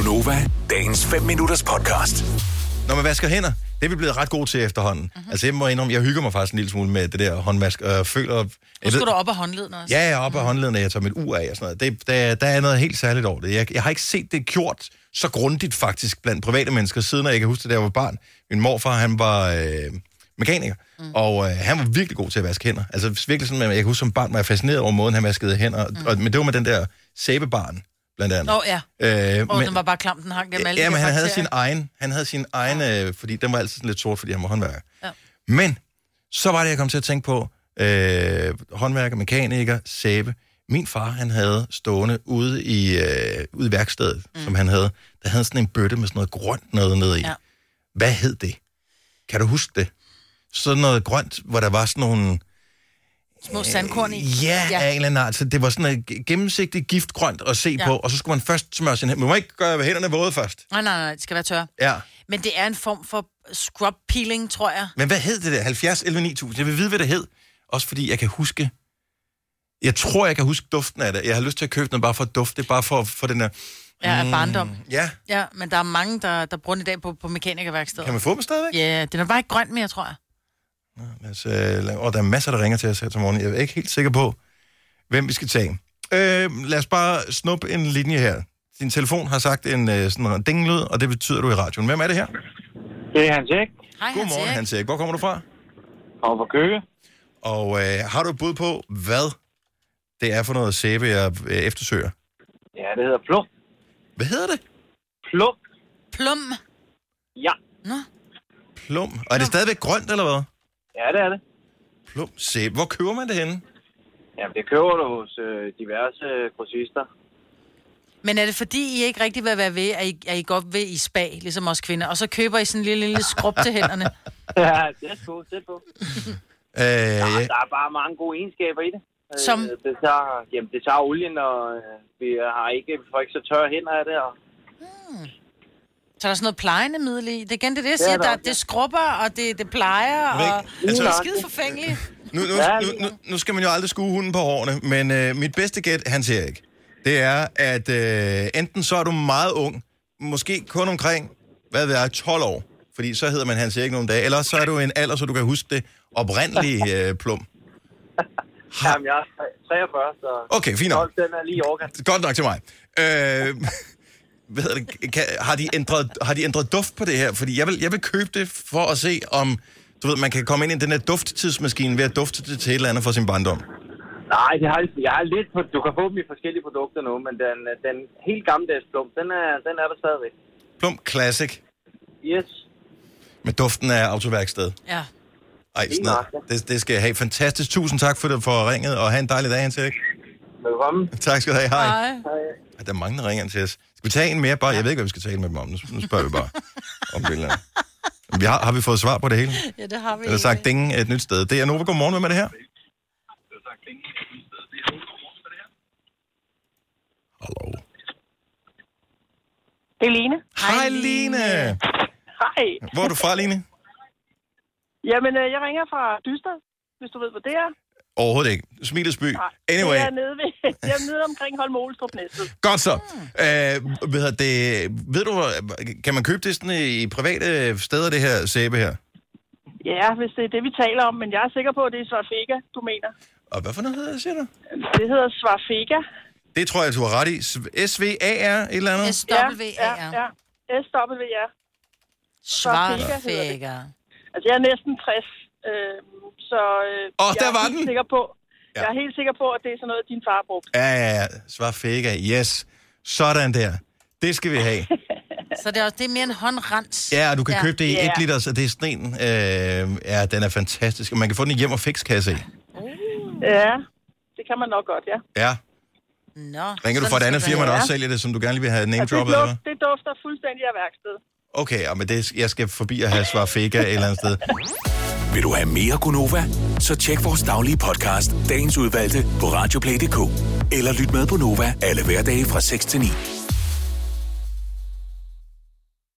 Gonova, dagens 5 minutters podcast. Når man vasker hænder, det er vi blevet ret gode til efterhånden. Altså jeg må indrømme, jeg hygger mig faktisk en lille smule med det der håndvask, og jeg føler... Nu skal du op af håndleden også. Ja, jeg er op af håndleden, og jeg tager mit ur af og sådan noget. Der er noget helt særligt over det. Jeg har ikke set det gjort så grundigt faktisk blandt private mennesker, siden jeg kan huske det, da jeg var barn. Min morfar, han var mekaniker, og han var virkelig god til at vaske hænder. Altså virkelig sådan, jeg kan huske som barn, var jeg fascineret over måden, han vaskede hænder. Men det var med den der sæbebarn, blandt andet. Men den var bare klam, den hang gennem alle men han havde sin egen, fordi den var altid sådan lidt sort, fordi han var håndværker. Ja. Men så var det, jeg kom til at tænke på, håndværker, mekaniker, sæbe. Min far, han havde stående ude i værkstedet, som han havde, der havde sådan en bøtte med sådan noget grønt noget nede i. Ja. Hvad hed det? Kan du huske det? Sådan noget grønt, hvor der var sådan nogle... Små sandkorn i? Ja, af en eller anden art. Så det var sådan noget gennemsigtigt giftgrønt at se på, og så skulle man først smøre sin hænder. Man må ikke gøre hænderne våde først. Nej, det skal være tør. Ja. Men det er en form for scrub peeling, tror jeg. Men hvad hed det der? 70 11 9000? Jeg vil vide, hvad det hed. Også fordi jeg kan huske... Jeg tror, jeg kan huske duften af det. Jeg har lyst til at købe den bare for at dufte, bare for den der... Ja, barndom. Ja, men der er mange, der bruger i dag på mekanikerværkstedet. Kan man få dem stadigvæk? Ja, den er bare ikke grøn mere, tror jeg. Og der er masser, der ringer til os her til morgen. Jeg er ikke helt sikker på, hvem vi skal tage. Lad os bare snuppe en linje her. Din telefon har sagt en sådan dingelyd, og det betyder du i radioen. Hvem er det her? Det er Hans Erik. Hej, Godmorgen, Hans Erik. Hvor kommer du fra? Og på Køge. Og har du et bud på, hvad det er for noget sæbe, jeg eftersøger? Ja, det hedder Plum. Hvad hedder det? Plum. Plum? Ja. Nå. Plum. Og er det stadigvæk grønt, eller hvad? Ja, det er det. Plum sæbe. Hvor køber man det henne? Jamen, det køber du hos diverse grossister. Men er det fordi, I ikke rigtig vil være ved, at I godt ved i spa, ligesom os kvinder, og så køber I sådan en lille skrub til hænderne? Ja, det er på. Der er bare mange gode egenskaber i det. Som? Det tager olien, og vi får ikke så tørre hænder af det. Og... Så er der sådan noget plejende middel i? Det er igen det, jeg siger. Det skrubber, og det plejer, og det er skide forfængeligt. Nu skal man jo aldrig skue hunden på hårene, men mit bedste gæt, Hans Erik, det er, at enten så er du meget ung, måske kun omkring, 12 år, fordi så hedder man Hans Erik nogle dage, eller så er du en alder, så du kan huske det oprindelige Plum. Jamen, jeg er 43, så... Okay, fint nok. Den er lige i overkant. Godt nok til mig. Har de ændret duft på det her? Fordi jeg vil købe det for at se, om man kan komme ind i den her dufttidsmaskine ved at dufte det til et eller andet for sin barndom. Nej, jeg har lidt på... Du kan få dem i forskellige produkter nu, men den helt gammeldags Plum, den er der stadigvæk. Plum Classic? Yes. Med duften af autoværksted? Ja. Ej, det skal jeg have. Fantastisk. Tusind tak for ringet, og have en dejlig dag, Hans Erik. Velkommen. Tak skal du have. Hej. Hej. Der er mange, der ringer til os. Skal vi tage en mere? Jeg ved ikke, hvad vi skal tale med dem om. Nu spørger vi bare om det eller andet. Har vi fået svar på det hele? Ja, det har vi. Eller sagt ding et nyt sted. Det er Nova. Godmorgen. Hvem er det her? Hallo. Det er Line. Hej, Line. Hej. Hvor er du fra, Line? Jamen, jeg ringer fra Dyster, hvis du ved, hvad det er. Overhovedet ikke. Smilesby. Anyway. Det er nede omkring Holme-Olstrup Næstved. Godt så. Ved du, kan man købe det sådan i private steder, det her sæbe her? Ja, hvis det er det, vi taler om, men jeg er sikker på, at det er Svarfega, du mener. Og hvad for noget hedder det, siger du? Det hedder Svarfega. Det tror jeg, du har ret i. SVAR, et eller andet? SWAR. Ja. SWAR. Svarfega. Altså, jeg er næsten 60, så der var den! Jeg er helt sikker på, at det er sådan noget, din far brugte. Ja. Svarfega, yes. Sådan der. Det skal vi have. Så det er mere en håndrens. Ja, og du kan købe det i 1 liter, så det er sådan en. Den er fantastisk. Og man kan få den i hjem- og fikskasse i. Ja, det kan man nok godt, ja. Ja. Ringer du fra et andet firma, der også sælger det, som du gerne lige vil have name-droppet? Det dufter fuldstændig af værksted. Okay, men jeg skal forbi at have Svarfega et eller andet sted. Vil du have mere Gonova? Så tjek vores daglige podcast, dagens udvalgte, på radioplay.dk. Eller lyt med på Nova alle hverdage fra 6 til 9.